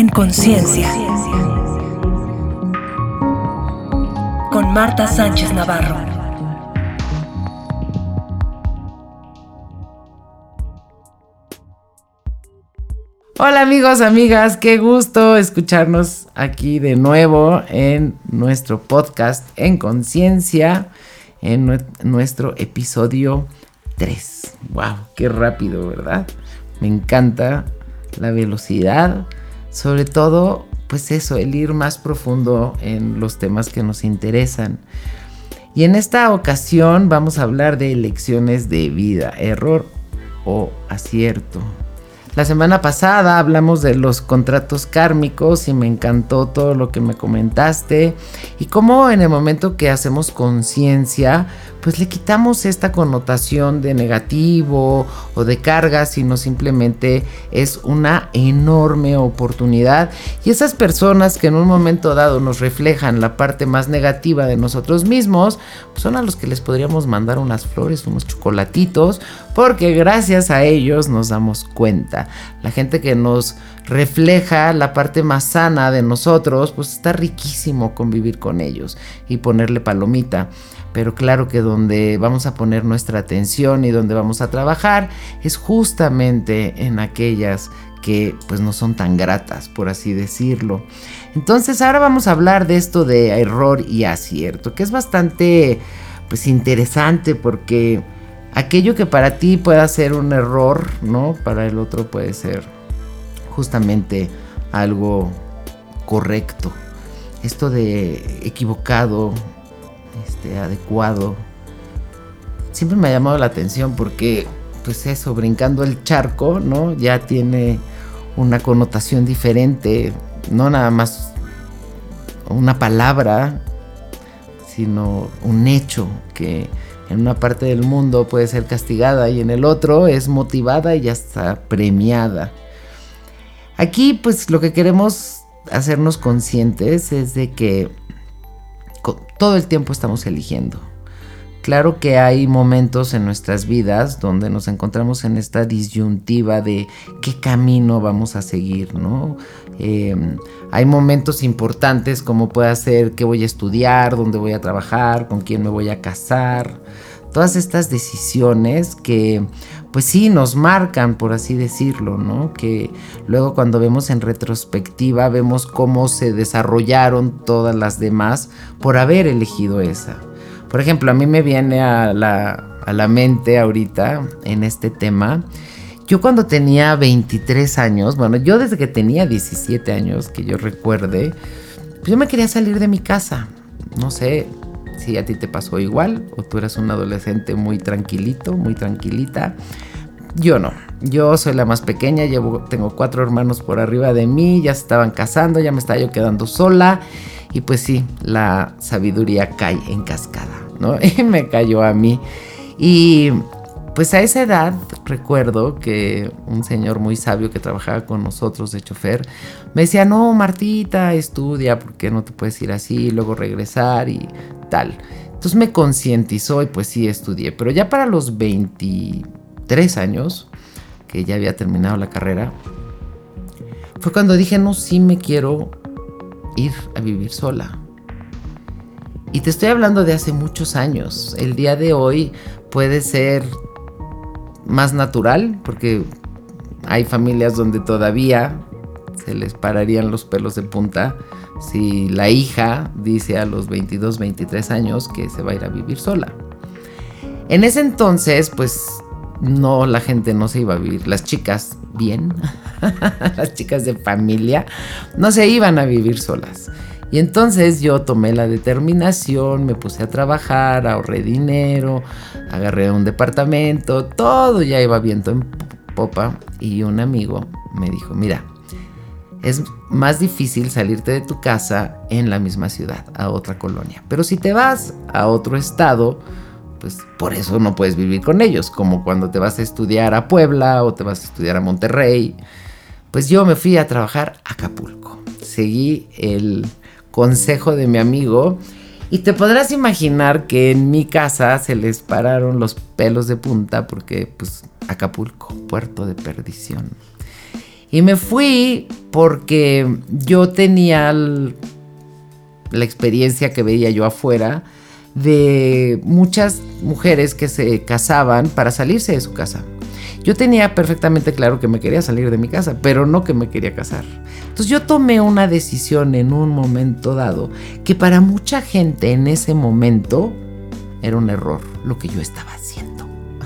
En Conciencia, con Marta Sánchez Navarro. Hola amigos, amigas, qué gusto escucharnos aquí de nuevo en nuestro podcast En Conciencia, en nuestro episodio 3. ¡Wow! ¡Qué rápido!, ¿verdad? Me encanta la velocidad, sobre todo, pues eso, el ir más profundo en los temas que nos interesan. Y en esta ocasión vamos a hablar de lecciones de vida, error o acierto. La semana pasada hablamos de los contratos kármicos y me encantó todo lo que me comentaste y cómo en el momento que hacemos conciencia, pues le quitamos esta connotación de negativo o de carga, sino simplemente es una enorme oportunidad. Y esas personas que en un momento dado nos reflejan la parte más negativa de nosotros mismos, pues son a los que les podríamos mandar unas flores, unos chocolatitos, porque gracias a ellos nos damos cuenta. La gente que nos refleja la parte más sana de nosotros, pues está riquísimo convivir con ellos y ponerle palomita. Pero claro que donde vamos a poner nuestra atención y donde vamos a trabajar es justamente en aquellas que pues no son tan gratas, por así decirlo. Entonces ahora vamos a hablar de esto de error y acierto, que es bastante pues interesante, porque aquello que para ti pueda ser un error, ¿no?, para el otro puede ser justamente algo correcto. Esto de equivocado, adecuado, siempre me ha llamado la atención porque, pues eso, brincando el charco, ¿no?, ya tiene una connotación diferente, no nada más una palabra, sino un hecho que en una parte del mundo puede ser castigada y en el otro es motivada y ya está premiada. Aquí, pues lo que queremos hacernos conscientes es de que todo el tiempo estamos eligiendo. Claro que hay momentos en nuestras vidas donde nos encontramos en esta disyuntiva de qué camino vamos a seguir, ¿no? Hay momentos importantes como puede ser qué voy a estudiar, dónde voy a trabajar, con quién me voy a casar. Todas estas decisiones que pues sí nos marcan, por así decirlo, ¿no? Que luego cuando vemos en retrospectiva vemos cómo se desarrollaron todas las demás por haber elegido esa. Por ejemplo, a mí me viene a la mente ahorita en este tema. Yo cuando tenía 23 años, bueno, yo desde que tenía 17 años, que yo recuerde, pues yo me quería salir de mi casa. No sé si a ti te pasó igual o tú eras un adolescente muy tranquilito, muy tranquilita. Yo no, yo soy la más pequeña, tengo 4 hermanos por arriba de mí, ya se estaban casando, ya me estaba yo quedando sola y pues sí, la sabiduría cae en cascada, ¿no? Y me cayó a mí. Y pues a esa edad recuerdo que un señor muy sabio que trabajaba con nosotros de chofer me decía: no, Martita, estudia porque no te puedes ir así, luego regresar y tal. Entonces me concientizó y pues sí estudié, pero ya para los 23 años, que ya había terminado la carrera, fue cuando dije: no, sí me quiero ir a vivir sola. Y te estoy hablando de hace muchos años. El día de hoy puede ser más natural, porque hay familias donde todavía se les pararían los pelos de punta si la hija dice a los 22, 23 años que se va a ir a vivir sola. En ese entonces, pues no, la gente no se iba a vivir, las chicas bien, las chicas de familia no se iban a vivir solas. Y entonces yo tomé la determinación, me puse a trabajar, ahorré dinero, agarré un departamento, todo ya iba viento en popa. Y un amigo me dijo: mira, es más difícil salirte de tu casa en la misma ciudad, a otra colonia. Pero si te vas a otro estado, pues por eso no puedes vivir con ellos. Como cuando te vas a estudiar a Puebla o te vas a estudiar a Monterrey. Pues yo me fui a trabajar a Acapulco. Seguí el consejo de mi amigo y te podrás imaginar que en mi casa se les pararon los pelos de punta porque pues Acapulco, puerto de perdición. Y me fui porque yo tenía la experiencia que veía yo afuera de muchas mujeres que se casaban para salirse de su casa. Yo tenía perfectamente claro que me quería salir de mi casa, pero no que me quería casar. Entonces yo tomé una decisión en un momento dado que para mucha gente en ese momento era un error lo que yo estaba haciendo.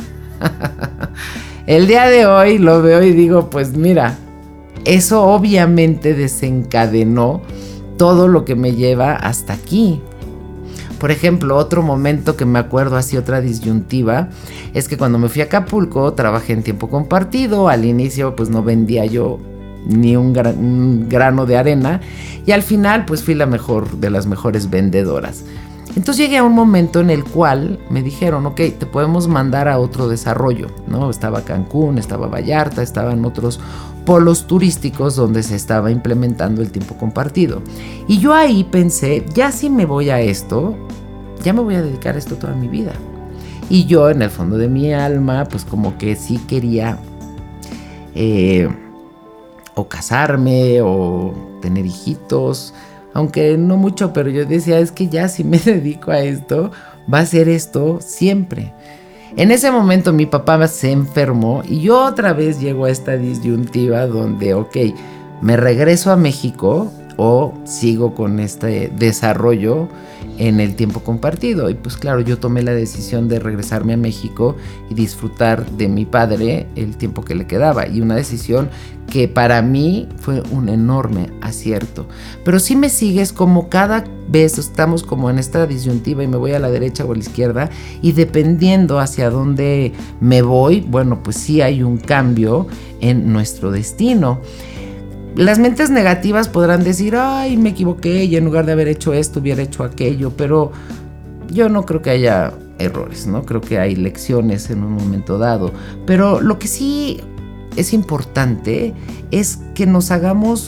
El día de hoy lo veo y digo, pues mira, eso obviamente desencadenó todo lo que me lleva hasta aquí. Por ejemplo, otro momento que me acuerdo, así otra disyuntiva, es que cuando me fui a Acapulco trabajé en tiempo compartido. Al inicio pues no vendía yo ni un grano de arena, y al final pues fui la mejor de las mejores vendedoras. Entonces llegué a un momento en el cual me dijeron, ok, te podemos mandar a otro desarrollo, ¿no? Estaba Cancún, estaba Vallarta, estaban otros polos turísticos donde se estaba implementando el tiempo compartido. Y yo ahí pensé, ya si me voy a esto, ya me voy a dedicar a esto toda mi vida. Y yo en el fondo de mi alma, pues como que sí quería o casarme o tener hijitos, aunque no mucho, pero yo decía, es que ya si me dedico a esto, va a ser esto siempre. En ese momento mi papá se enfermó y yo otra vez llego a esta disyuntiva donde, ok, me regreso a México o sigo con este desarrollo en el tiempo compartido. Y pues claro, yo tomé la decisión de regresarme a México y disfrutar de mi padre el tiempo que le quedaba, y una decisión que para mí fue un enorme acierto. Pero si me sigues, como cada vez estamos como en esta disyuntiva y me voy a la derecha o a la izquierda, y dependiendo hacia dónde me voy, bueno, pues sí hay un cambio en nuestro destino. Las mentes negativas podrán decir, ay, me equivoqué y en lugar de haber hecho esto hubiera hecho aquello, pero yo no creo que haya errores, ¿no? Creo que hay lecciones en un momento dado. Pero lo que sí es importante es que nos hagamos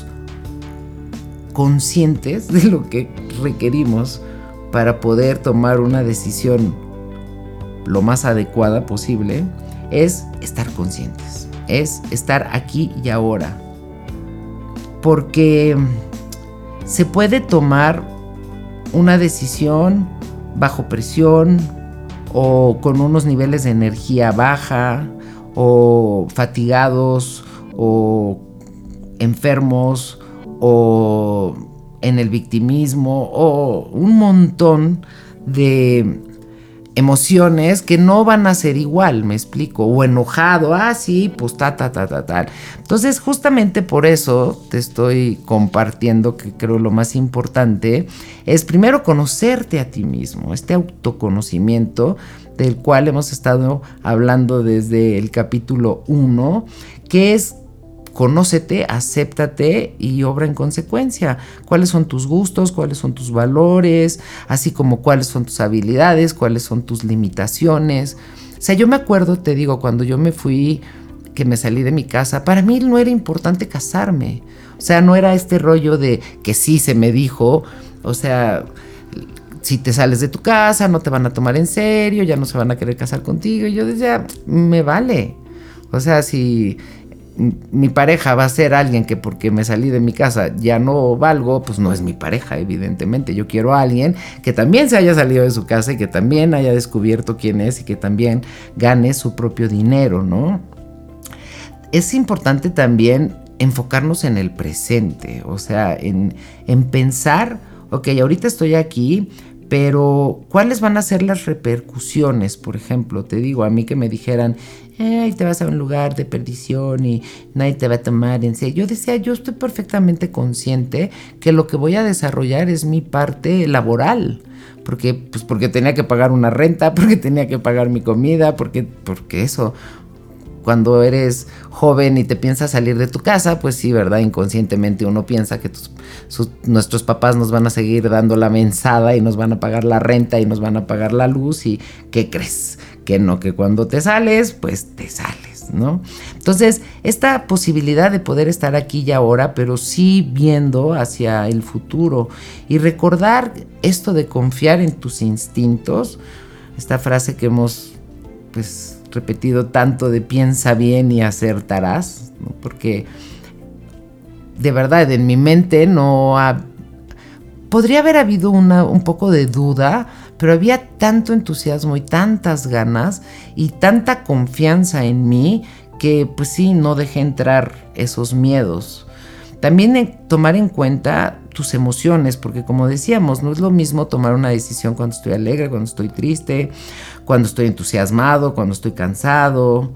conscientes de lo que requerimos para poder tomar una decisión lo más adecuada posible. Es estar conscientes, es estar aquí y ahora. Porque se puede tomar una decisión bajo presión o con unos niveles de energía baja o fatigados o enfermos o en el victimismo o un montón de emociones que no van a ser igual, me explico, o enojado, sí, pues tal. Entonces, justamente por eso te estoy compartiendo que creo lo más importante es primero conocerte a ti mismo, este autoconocimiento del cual hemos estado hablando desde el capítulo 1, que es conócete, acéptate y obra en consecuencia. ¿Cuáles son tus gustos? ¿Cuáles son tus valores? Así como cuáles son tus habilidades, cuáles son tus limitaciones. O sea, yo me acuerdo, te digo, cuando yo me fui, que me salí de mi casa, para mí no era importante casarme. O sea, no era este rollo de que sí se me dijo, o sea, si te sales de tu casa no te van a tomar en serio, ya no se van a querer casar contigo. Y yo decía, me vale. O sea, si mi pareja va a ser alguien que porque me salí de mi casa ya no valgo, pues no es mi pareja, evidentemente. Yo quiero a alguien que también se haya salido de su casa y que también haya descubierto quién es y que también gane su propio dinero, ¿no? Es importante también enfocarnos en el presente, o sea, en pensar, ok, ahorita estoy aquí, pero ¿cuáles van a ser las repercusiones? Por ejemplo, te digo, a mí que me dijeran, te vas a un lugar de perdición y nadie te va a tomar en serio. Yo decía, yo estoy perfectamente consciente que lo que voy a desarrollar es mi parte laboral. Porque tenía que pagar una renta, porque tenía que pagar mi comida, porque eso. Cuando eres joven y te piensas salir de tu casa, pues sí, ¿verdad? Inconscientemente uno piensa que nuestros papás nos van a seguir dando la mesada y nos van a pagar la renta y nos van a pagar la luz. ¿Y qué crees? Que no, que cuando te sales, pues te sales, ¿no? Entonces, esta posibilidad de poder estar aquí y ahora, pero sí viendo hacia el futuro y recordar esto de confiar en tus instintos, esta frase que hemos, pues, repetido tanto de piensa bien y acertarás, ¿no? Porque de verdad, en mi mente podría haber habido un poco de duda, pero había tanto entusiasmo y tantas ganas y tanta confianza en mí que pues sí, no dejé entrar esos miedos. También tomar en cuenta tus emociones, porque como decíamos, no es lo mismo tomar una decisión cuando estoy alegre, cuando estoy triste, cuando estoy entusiasmado, cuando estoy cansado,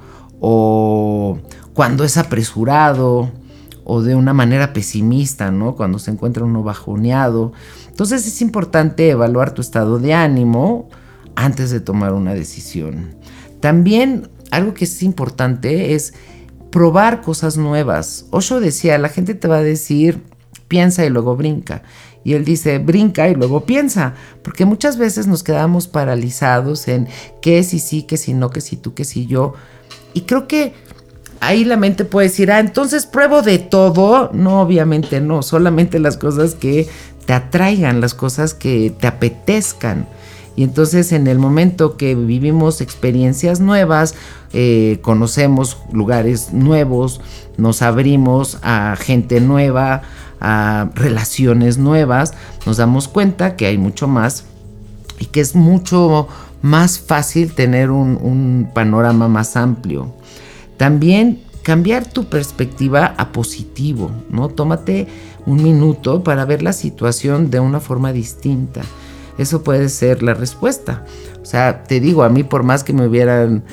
o cuando es apresurado, o de una manera pesimista, ¿no? Cuando se encuentra uno bajoneado. Entonces es importante evaluar tu estado de ánimo antes de tomar una decisión. También algo que es importante es probar cosas nuevas. Osho decía, la gente te va a decir, piensa y luego brinca. Y él dice, brinca y luego piensa. Porque muchas veces nos quedamos paralizados en qué si sí, qué si no, qué si tú, qué si yo. Y creo que ahí la mente puede decir, entonces pruebo de todo. No, obviamente no. Solamente las cosas que te atraigan, las cosas que te apetezcan. Y entonces en el momento que vivimos experiencias nuevas, conocemos lugares nuevos, nos abrimos a gente nueva, a relaciones nuevas, nos damos cuenta que hay mucho más y que es mucho más fácil tener un panorama más amplio. También cambiar tu perspectiva a positivo, ¿no? Tómate un minuto para ver la situación de una forma distinta. Eso puede ser la respuesta. O sea, te digo, a mí por más que me hubieran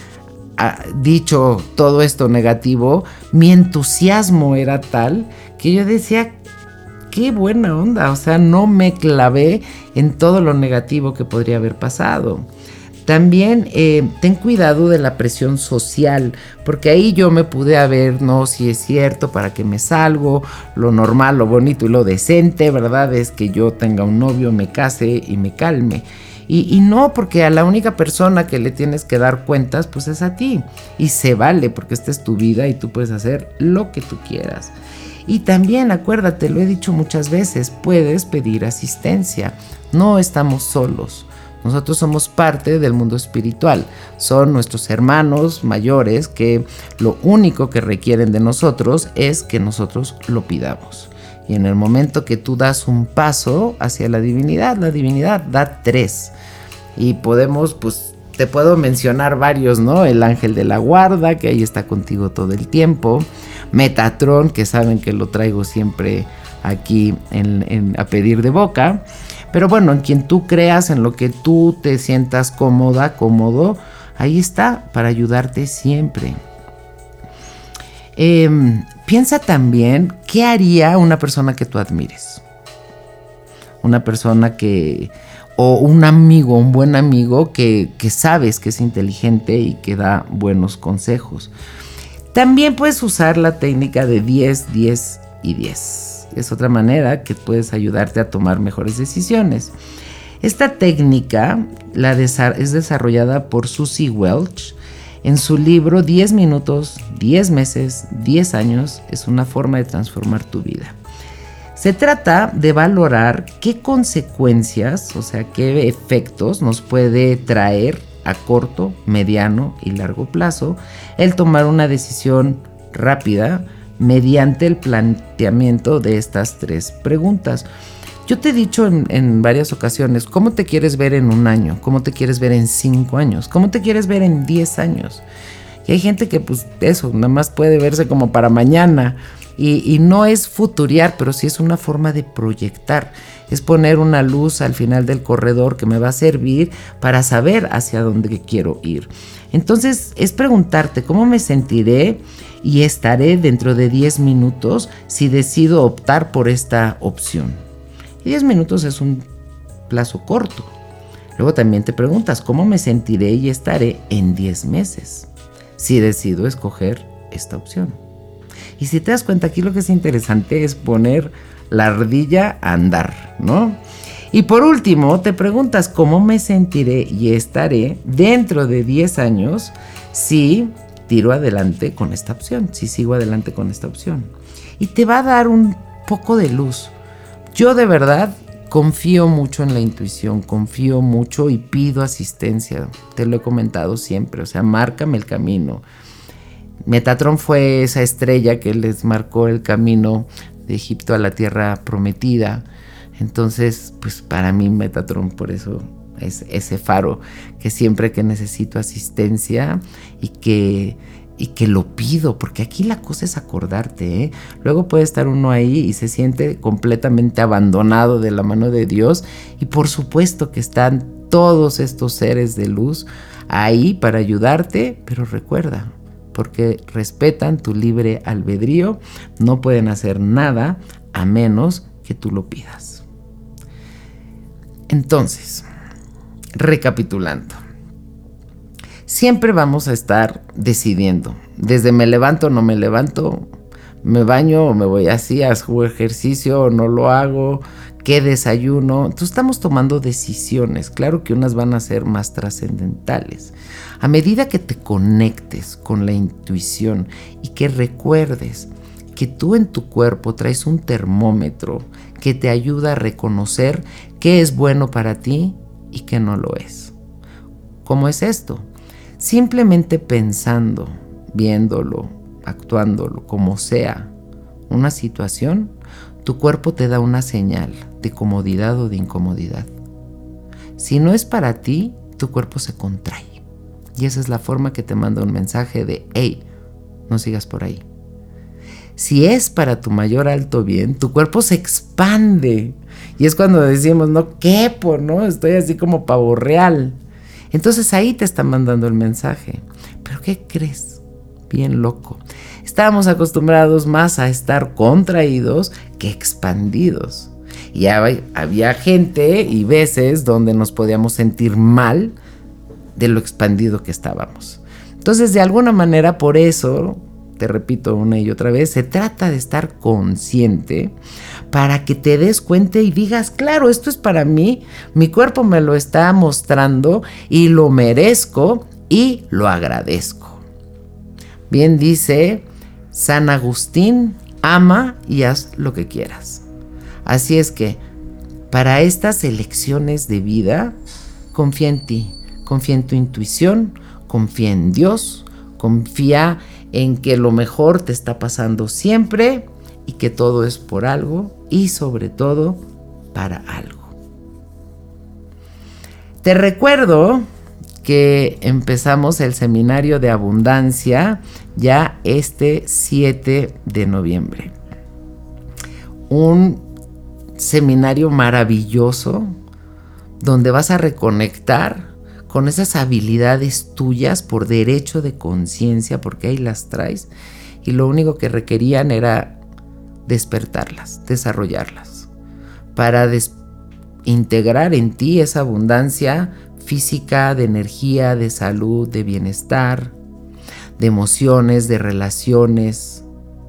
dicho todo esto negativo, mi entusiasmo era tal que yo decía, qué buena onda. O sea, no me clavé en todo lo negativo que podría haber pasado. También ten cuidado de la presión social, porque ahí yo me pude haber, no, si es cierto, para qué me salgo, lo normal, lo bonito y lo decente, ¿verdad? Es que yo tenga un novio, me case y me calme. Y no, porque a la única persona que le tienes que dar cuentas, pues es a ti. Y se vale, porque esta es tu vida y tú puedes hacer lo que tú quieras. Y también, acuérdate, lo he dicho muchas veces, puedes pedir asistencia. No estamos solos. Nosotros somos parte del mundo espiritual. Son nuestros hermanos mayores que lo único que requieren de nosotros es que nosotros lo pidamos. Y en el momento que tú das un paso hacia la divinidad da 3. Y podemos, pues, te puedo mencionar varios, ¿no? El ángel de la guarda, que ahí está contigo todo el tiempo. Metatron, que saben que lo traigo siempre aquí a pedir de boca. Pero bueno, en quien tú creas, en lo que tú te sientas cómoda, cómodo, ahí está para ayudarte siempre. Piensa también, ¿qué haría una persona que tú admires? Una persona o un amigo, un buen amigo que sabes que es inteligente y que da buenos consejos. También puedes usar la técnica de 10, 10 y 10. Es otra manera que puedes ayudarte a tomar mejores decisiones. Esta técnica es desarrollada por Susie Welch en su libro 10 minutos, 10 meses, 10 años. Es una forma de transformar tu vida. Se trata de valorar qué consecuencias, o sea, qué efectos nos puede traer a corto, mediano y largo plazo el tomar una decisión rápida mediante el planteamiento de estas 3 preguntas. Yo te he dicho en varias ocasiones, ¿cómo te quieres ver en 1 año? ¿Cómo te quieres ver en 5 años? ¿Cómo te quieres ver en 10 años? Y hay gente que pues eso, nada más puede verse como para mañana. Y no es futuriar, pero sí es una forma de proyectar. Es poner una luz al final del corredor que me va a servir para saber hacia dónde quiero ir. Entonces es preguntarte cómo me sentiré y estaré dentro de 10 minutos si decido optar por esta opción. Y 10 minutos es un plazo corto. Luego también te preguntas cómo me sentiré y estaré en 10 meses si decido escoger esta opción. Y si te das cuenta, aquí lo que es interesante es poner la ardilla a andar, ¿no? Y por último, te preguntas cómo me sentiré y estaré dentro de 10 años si tiro adelante con esta opción, si sigo adelante con esta opción. Y te va a dar un poco de luz. Yo de verdad confío mucho en la intuición, confío mucho y pido asistencia. Te lo he comentado siempre, o sea, márcame el camino. Metatron fue esa estrella que les marcó el camino Egipto a la tierra prometida. Entonces, pues para mí Metatron por eso es ese faro que siempre que necesito asistencia y que lo pido, porque aquí la cosa es acordarte, ¿eh? Luego puede estar uno ahí y se siente completamente abandonado de la mano de Dios, y por supuesto que están todos estos seres de luz ahí para ayudarte, pero recuerda, porque respetan tu libre albedrío, no pueden hacer nada a menos que tú lo pidas. Entonces, recapitulando, siempre vamos a estar decidiendo, desde me levanto o no me levanto, me baño o me voy así, hago ejercicio o no lo hago, qué desayuno. Entonces estamos tomando decisiones, claro que unas van a ser más trascendentales. A medida que te conectes con la intuición y que recuerdes que tú en tu cuerpo traes un termómetro que te ayuda a reconocer qué es bueno para ti y qué no lo es. ¿Cómo es esto? Simplemente pensando, viéndolo, actuándolo, como sea una situación, tu cuerpo te da una señal de comodidad o de incomodidad. Si no es para ti, tu cuerpo se contrae. Y esa es la forma que te manda un mensaje de hey, no sigas por ahí. Si es para tu mayor alto bien, tu cuerpo se expande. Y es cuando decimos, no quepo, ¿no? Estoy así como pavo real. Entonces ahí te está mandando el mensaje. ¿Pero qué crees? Bien loco. Estábamos acostumbrados más a estar contraídos que expandidos. Y había gente y veces donde nos podíamos sentir mal de lo expandido que estábamos. Entonces, de alguna manera, por eso, te repito una y otra vez, se trata de estar consciente para que te des cuenta y digas, claro, esto es para mí, mi cuerpo me lo está mostrando y lo merezco y lo agradezco. Bien dice San Agustín, ama y haz lo que quieras. Así es que, para estas elecciones de vida, confía en ti, confía en tu intuición, confía en Dios, confía en que lo mejor te está pasando siempre y que todo es por algo y sobre todo para algo. Te recuerdo que empezamos el seminario de abundancia ya este 7 de noviembre. Un seminario maravilloso donde vas a reconectar con esas habilidades tuyas por derecho de conciencia, porque ahí las traes, y lo único que requerían era despertarlas, desarrollarlas, para integrar en ti esa abundancia física, de energía, de salud, de bienestar, de emociones, de relaciones,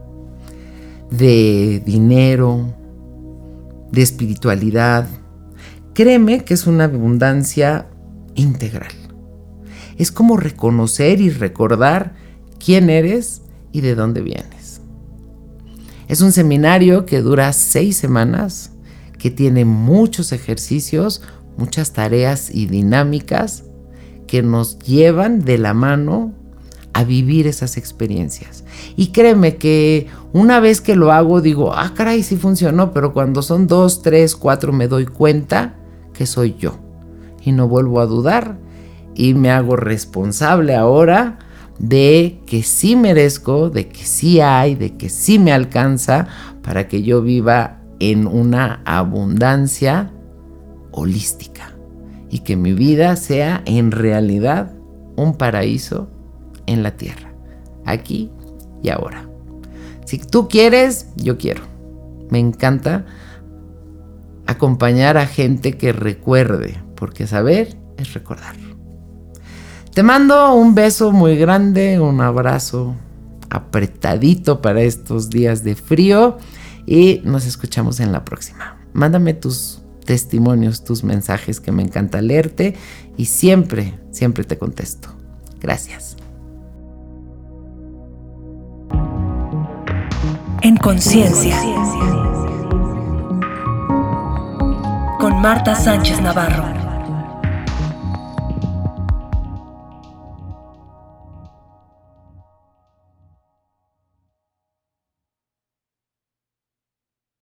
de dinero, de espiritualidad. Créeme que es una abundancia integral. Es como reconocer y recordar quién eres y de dónde vienes. Es un seminario que dura 6 semanas, que tiene muchos ejercicios, muchas tareas y dinámicas que nos llevan de la mano a vivir esas experiencias. Y créeme que una vez que lo hago digo, caray, sí funcionó, pero cuando son 2, 3, 4 me doy cuenta que soy yo. Y no vuelvo a dudar y me hago responsable ahora de que sí merezco, de que sí hay, de que sí me alcanza para que yo viva en una abundancia holística y que mi vida sea en realidad un paraíso en la tierra, aquí y ahora. Si tú quieres, yo quiero. Me encanta acompañar a gente que recuerde, porque saber es recordar. Te mando un beso muy grande, un abrazo apretadito para estos días de frío y nos escuchamos en la próxima. Mándame tus testimonios, tus mensajes, que me encanta leerte y siempre, siempre te contesto. Gracias. En Conciencia, con Marta Sánchez Navarro.